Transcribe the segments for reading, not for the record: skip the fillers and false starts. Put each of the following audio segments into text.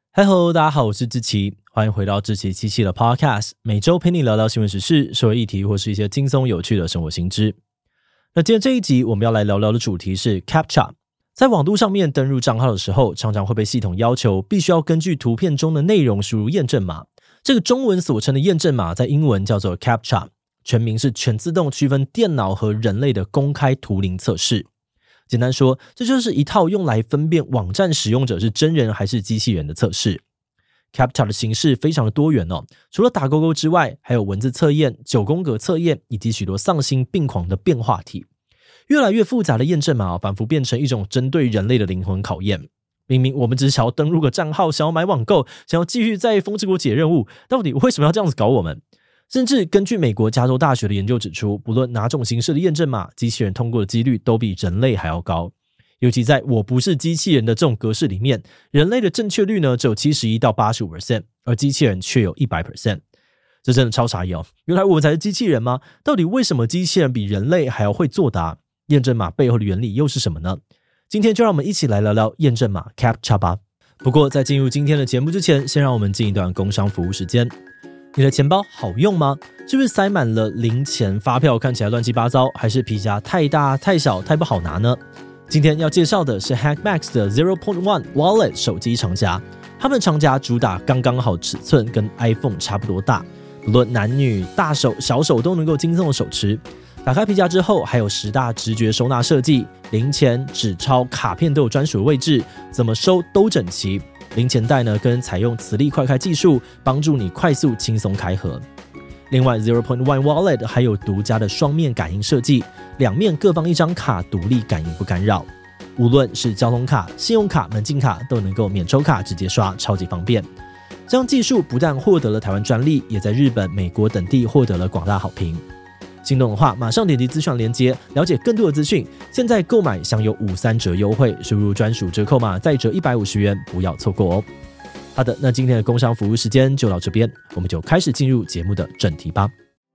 Hello， 大家好，我是志祺，欢迎回到志祺七七的 Podcast， 每周陪你聊聊新闻时事、社会议题或是一些轻松有趣的生活新知。那今天这一集我们要来聊聊的主题是 CAPTCHA。在网络上面登入账号的时候，常常会被系统要求必须要根据图片中的内容输入验证码。这个中文所称的验证码在英文叫做 CAPTCHA， 全名是全自动区分电脑和人类的公开图灵测试。简单说，这就是一套用来分辨网站使用者是真人还是机器人的测试。CAPTCHA 的形式非常的多元哦，除了打勾勾之外，还有文字测验、9宫格测验，以及许多丧心病狂的变化题。越来越复杂的验证码仿佛变成一种针对人类的灵魂考验。明明我们只是想要登录个账号，想要买网购，想要继续在风之国解任务，到底为什么要这样子搞我们？甚至根据美国加州大学的研究指出，不论哪种形式的验证码，机器人通过的几率都比人类还要高。尤其在我不是机器人的这种格式里面，人类的正确率呢只有 71% 到 85%， 而机器人却有 100%。 这真的超傻眼哦！原来我们才是机器人吗？到底为什么机器人比人类还要会作答？验证码背后的原理又是什么呢？今天就让我们一起来聊聊验证码 CAPTCHA 吧。不过在进入今天的节目之前，先让我们进一段工商服务时间。你的钱包好用吗？是不是塞满了零钱，发票看起来乱七八糟，还是皮夹太大太小太不好拿呢？今天要介绍的是 Hackmax 的 0.1 Wallet 手机长夹，他们的长夹主打刚刚好尺寸，跟 iPhone 差不多大，不论男女大手小手都能够轻松的手持。打开皮夹之后，还有10大直觉收纳设计，零钱、纸钞、卡片都有专属的位置，怎么收都整齐。零钱袋呢，跟采用磁力快开技术，帮助你快速轻松开合。另外 0.1 Wallet 还有独家的双面感应设计，两面各放一张卡，独立感应不干扰。无论是交通卡、信用卡、门禁卡，都能够免抽卡直接刷，超级方便。这样技术不但获得了台湾专利，也在日本、美国等地获得了广大好评。心动的话，马上点击资讯连结，了解更多的资讯。现在购买享有53折优惠，输入专属折扣码再折150元，不要错过哦。好的，那今天的工商服务时间就到这边，我们就开始进入节目的正题吧。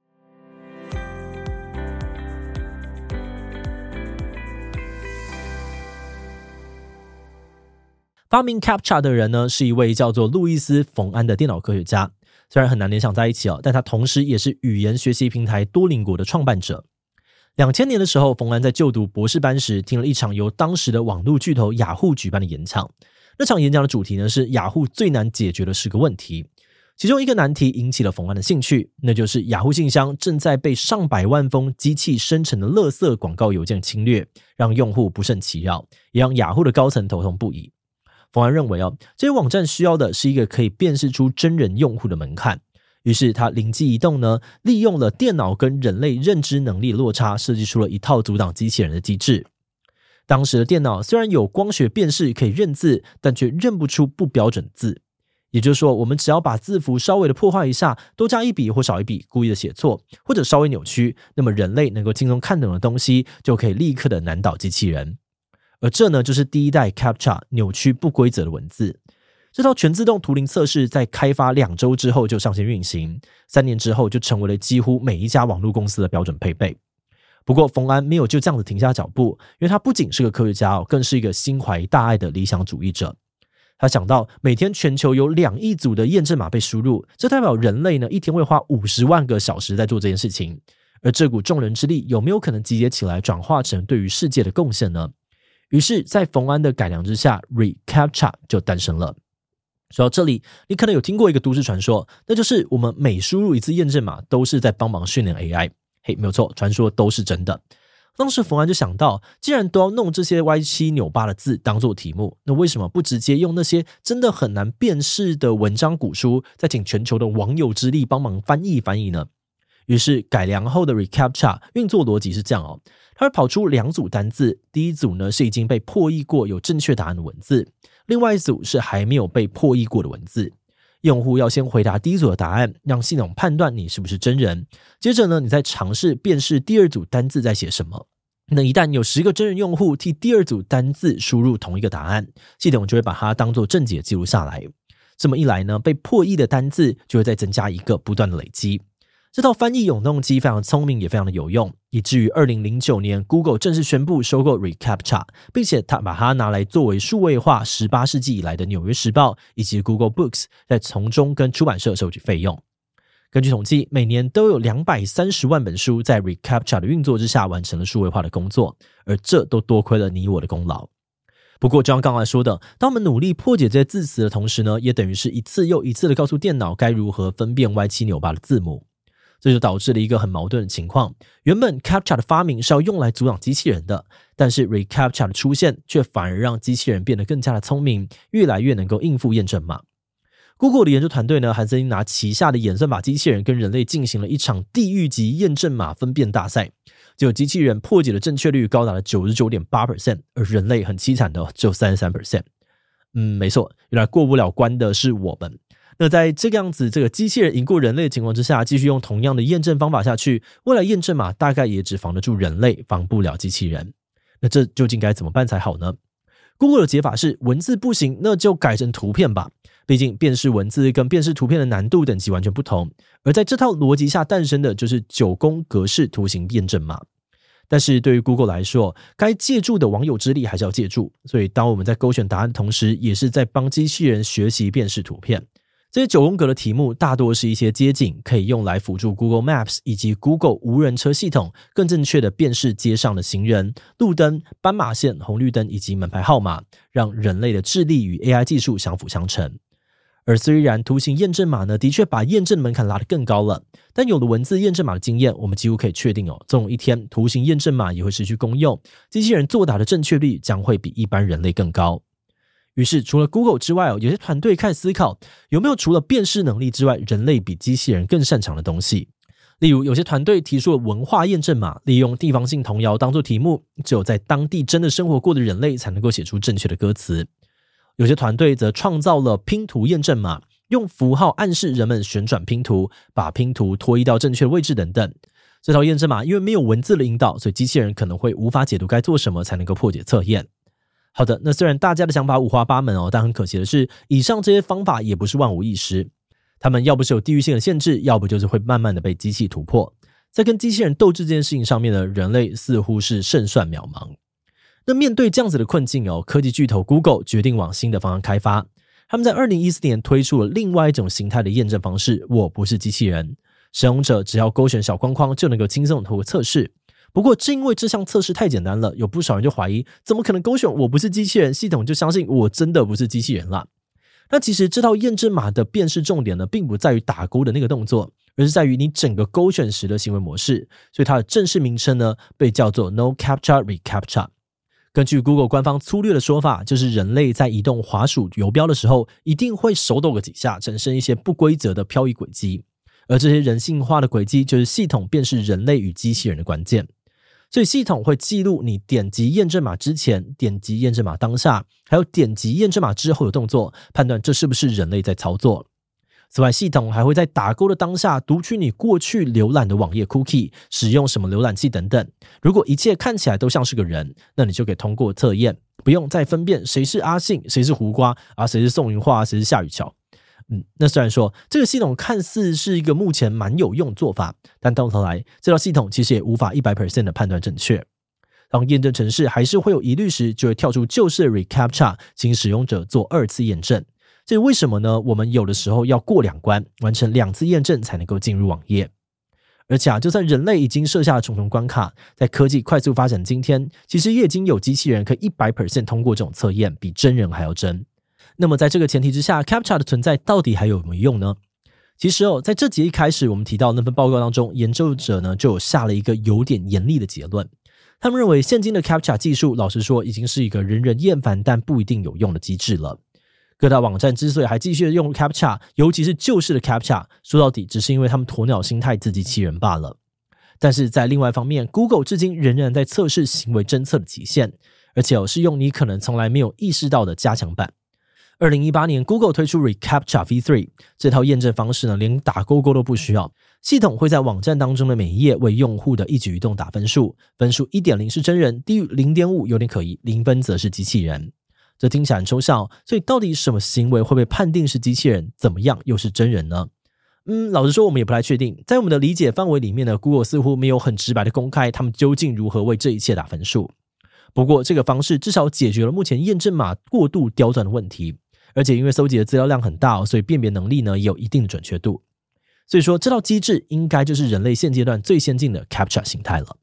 发明 CAPTCHA 的人呢，是一位叫做路易斯·冯安的电脑科学家。虽然很难联想在一起但他同时也是语言学习平台多邻国的创办者。2000年的时候，冯安在就读博士班时，听了一场由当时的网络巨头雅虎举办的演讲。那场演讲的主题呢，是雅虎最难解决的10个问题。其中一个难题引起了冯安的兴趣，那就是雅虎信箱正在被上百万封机器生成的垃圾广告邮件侵略，让用户不胜其扰，也让雅虎的高层头痛不已。冯安认为这些网站需要的是一个可以辨识出真人用户的门槛，于是他灵机一动呢，利用了电脑跟人类认知能力的落差，设计出了一套阻挡机器人的机制。当时的电脑虽然有光学辨识可以认字，但却认不出不标准字。也就是说，我们只要把字符稍微的破坏一下，多加一笔或少一笔，故意的写错，或者稍微扭曲，那么人类能够轻松看懂的东西，就可以立刻的难倒机器人。而这呢，就是第一代 CAPTCHA 扭曲不规则的文字。这套全自动图灵测试在开发2周之后就上线运行，3年之后就成为了几乎每一家网络公司的标准配备。不过冯安没有就这样子停下脚步，因为他不仅是个科学家更是一个心怀大爱的理想主义者。他想到每天全球有2亿组的验证码被输入，这代表人类呢一天会花50万个小时在做这件事情。而这股众人之力有没有可能集结起来，转化成对于世界的贡献呢？于是在冯安的改良之下， reCAPTCHA 就诞生了。说到这里，你可能有听过一个都市传说，那就是我们每输入一次验证码都是在帮忙训练 AI。 嘿，没有错，传说都是真的。当时冯安就想到，既然都要弄这些歪七扭八的字当做题目，那为什么不直接用那些真的很难辨识的文章古书，再请全球的网友之力帮忙翻译翻译呢？于是改良后的 reCAPTCHA 运作逻辑是这样它会跑出2组单字，第一组呢是已经被破译过有正确答案的文字，另外一组是还没有被破译过的文字。用户要先回答第一组的答案，让系统判断你是不是真人，接着呢你再尝试辨识第2组单字在写什么。那一旦有10个真人用户替第2组单字输入同一个答案，系统就会把它当作正解记录下来。这么一来呢，被破译的单字就会再增加一个，不断的累积。 这套翻译永动机非常聪明，也非常的有用，以至于2009年 Google 正式宣布收购 reCAPTCHA， 并且把它拿来作为数位化18世纪以来的纽约时报以及 Google Books 在从中跟出版社收取费用。根据统计，每年都有230万本书在 reCAPTCHA 的运作之下完成了数位化的工作，而这都多亏了你我的功劳。不过就像刚才说的，当我们努力破解这些字词的同时呢，也等于是一次又一次的告诉电脑该如何分辨歪七扭八的字母。这就导致了一个很矛盾的情况，原本 CAPTCHA 的发明是要用来阻挡机器人的，但是 reCAPTCHA 的出现却反而让机器人变得更加的聪明，越来越能够应付验证码。Google 的研究团队呢，还曾经拿旗下的演算法机器人跟人类进行了一场地狱级验证码分辨大赛，结果机器人破解的正确率高达了 99.8%， 而人类很凄惨的只有 33%。没错，原来过不了关的是我们。那在这个样子，这个机器人赢过人类的情况之下，继续用同样的验证方法下去，未来验证码大概也只防得住人类，防不了机器人。那这究竟该怎么办才好呢？ Google 的解法是文字不行，那就改成图片吧。毕竟辨识文字跟辨识图片的难度等级完全不同，而在这套逻辑下诞生的就是9宫格式图形验证码。但是对于 Google 来说，该借助的网友之力还是要借助，所以当我们在勾选答案的同时，也是在帮机器人学习辨识图片。这些9宫格的题目大多是一些街景，可以用来辅助 Google Maps 以及 Google 无人车系统更正确的辨识街上的行人、路灯、斑马线、红绿灯以及门牌号码，让人类的智力与 AI 技术相辅相成。而虽然图形验证码呢，的确把验证门槛拉得更高了，但有了文字验证码的经验，我们几乎可以确定总有一天图形验证码也会失去功用，机器人作答的正确率将会比一般人类更高。于是除了 Google 之外，有些团队开始思考，有没有除了辨识能力之外，人类比机器人更擅长的东西。例如有些团队提出了文化验证码，利用地方性童谣当作题目，只有在当地真的生活过的人类才能够写出正确的歌词。有些团队则创造了拼图验证码，用符号暗示人们旋转拼图，把拼图拖移到正确的位置等等。这套验证码因为没有文字的引导，所以机器人可能会无法解读该做什么才能够破解测验。好的，那虽然大家的想法五花八门但很可惜的是，以上这些方法也不是万无一失。他们要不是有地域性的限制，要不就是会慢慢的被机器突破。在跟机器人斗智这件事情上面呢，人类似乎是胜算渺茫。那面对这样子的困境科技巨头 Google 决定往新的方向开发。他们在2014年推出了另外一种形态的验证方式，我不是机器人。使用者只要勾选小框框就能够轻松透过测试。不过正因为这项测试太简单了，有不少人就怀疑，怎么可能勾选我不是机器人，系统就相信我真的不是机器人啦。那其实这套验证码的辨识重点呢，并不在于打勾的那个动作，而是在于你整个勾选时的行为模式，所以它的正式名称呢，被叫做 No Captcha reCAPTCHA。根据 Google 官方粗略的说法，就是人类在移动滑鼠游标的时候，一定会手抖个几下，产生一些不规则的漂移轨迹，而这些人性化的轨迹就是系统辨识人类与机器人的关键。所以系统会记录你点击验证码之前、点击验证码当下，还有点击验证码之后的动作，判断这是不是人类在操作。此外，系统还会在打勾的当下读取你过去浏览的网页 cookie， 使用什么浏览器等等。如果一切看起来都像是个人，那你就可以通过测验，不用再分辨谁是阿信、谁是胡瓜谁是宋云画、谁是夏雨乔。那虽然说这个系统看似是一个目前蛮有用的做法，但到头来这套系统其实也无法 100% 的判断正确。当验证程式还是会有疑虑时，就会跳出旧式的 reCAPTCHA， 请使用者做2次验证。这为什么呢？我们有的时候要过2关，完成2次验证才能够进入网页。而且就算人类已经设下了重重关卡，在科技快速发展今天，其实也已经有机器人可以 100% 通过这种测验，比真人还要真。那么在这个前提之下 CAPTCHA 的存在到底还有没有用呢？其实在这集一开始我们提到那份报告当中，研究者呢就有下了一个有点严厉的结论。他们认为现今的 CAPTCHA 技术老实说已经是一个人人厌烦但不一定有用的机制了。各大网站之所以还继续用 CAPTCHA， 尤其是旧式的 CAPTCHA， 说到底只是因为他们鸵鸟心态自欺欺人罢了。但是在另外一方面， Google 至今仍然在测试行为侦测的极限，而且是用你可能从来没有意识到的加强版。2018年 Google 推出 reCAPTCHA V3， 这套验证方式呢，连打勾勾都不需要，系统会在网站当中的每一页为用户的一举一动打分数，分数 1.0 是真人，低于 0.5 有点可疑，0分则是机器人。这听起来很抽象所以到底什么行为会被判定是机器人，怎么样又是真人呢？ 老实说我们也不太确定，在我们的理解范围里面呢 Google 似乎没有很直白的公开他们究竟如何为这一切打分数。不过这个方式至少解决了目前验证码过度刁钻的问题，而且因为搜集的资料量很大所以辨别能力呢也有一定的准确度。所以说这套机制应该就是人类现阶段最先进的 CAPTCHA 形态了。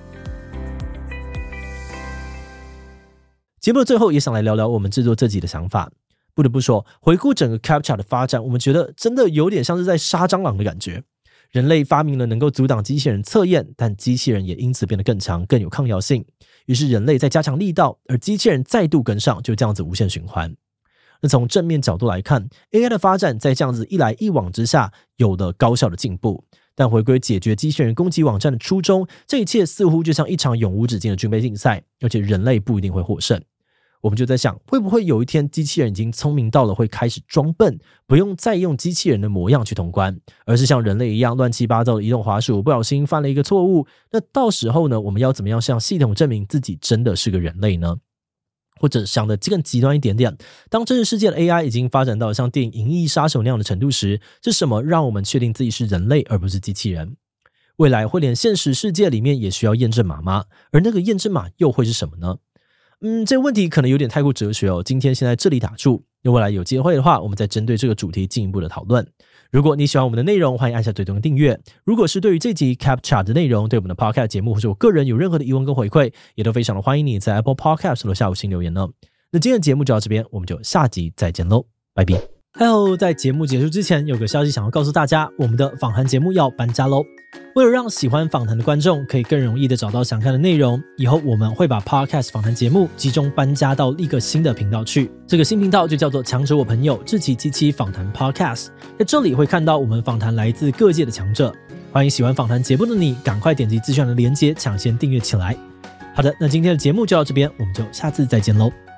节目的最后也想来聊聊我们制作这集的想法。不得不说，回顾整个 CAPTCHA 的发展，我们觉得真的有点像是在杀蟑螂的感觉。人类发明了能够阻挡机器人测验，但机器人也因此变得更强，更有抗药性。于是人类在加强力道，而机器人再度跟上，就这样子无限循环。那从正面角度来看， AI 的发展在这样子一来一往之下有了高效的进步，但回归解决机器人攻击网站的初衷，这一切似乎就像一场永无止境的军备竞赛，而且人类不一定会获胜。我们就在想，会不会有一天机器人已经聪明到了会开始装笨，不用再用机器人的模样去通关，而是像人类一样乱七八糟的移动滑鼠，不小心犯了一个错误，那到时候呢，我们要怎么样向系统证明自己真的是个人类呢？或者想的更极端一点点，当真实世界的 AI 已经发展到像电影《银翼杀手》那样的程度时，是什么让我们确定自己是人类而不是机器人？未来会连现实世界里面也需要验证码吗？而那个验证码又会是什么呢？这个问题可能有点太过哲学哦，今天先在这里打住，未来有机会的话，我们再针对这个主题进一步的讨论。如果你喜欢我们的内容，欢迎按下追踪订阅。如果是对于这集 CAPTCHA 的内容，对我们的 Podcast 节目或者我个人有任何的疑问跟回馈，也都非常的欢迎你在 Apple Podcast 留下5星留言呢。那今天的节目就到这边，我们就下集再见咯，拜拜。Hello， 在节目结束之前，有个消息想要告诉大家，我们的访谈节目要搬家咯。为了让喜欢访谈的观众可以更容易的找到想看的内容，以后我们会把 Podcast 访谈节目集中搬家到一个新的频道去。这个新频道就叫做强者我朋友志祺七七访谈 Podcast， 在这里会看到我们访谈来自各界的强者。欢迎喜欢访谈节目的你，赶快点击资讯栏的连结，抢先订阅起来。好的，那今天的节目就到这边，我们就下次再见咯。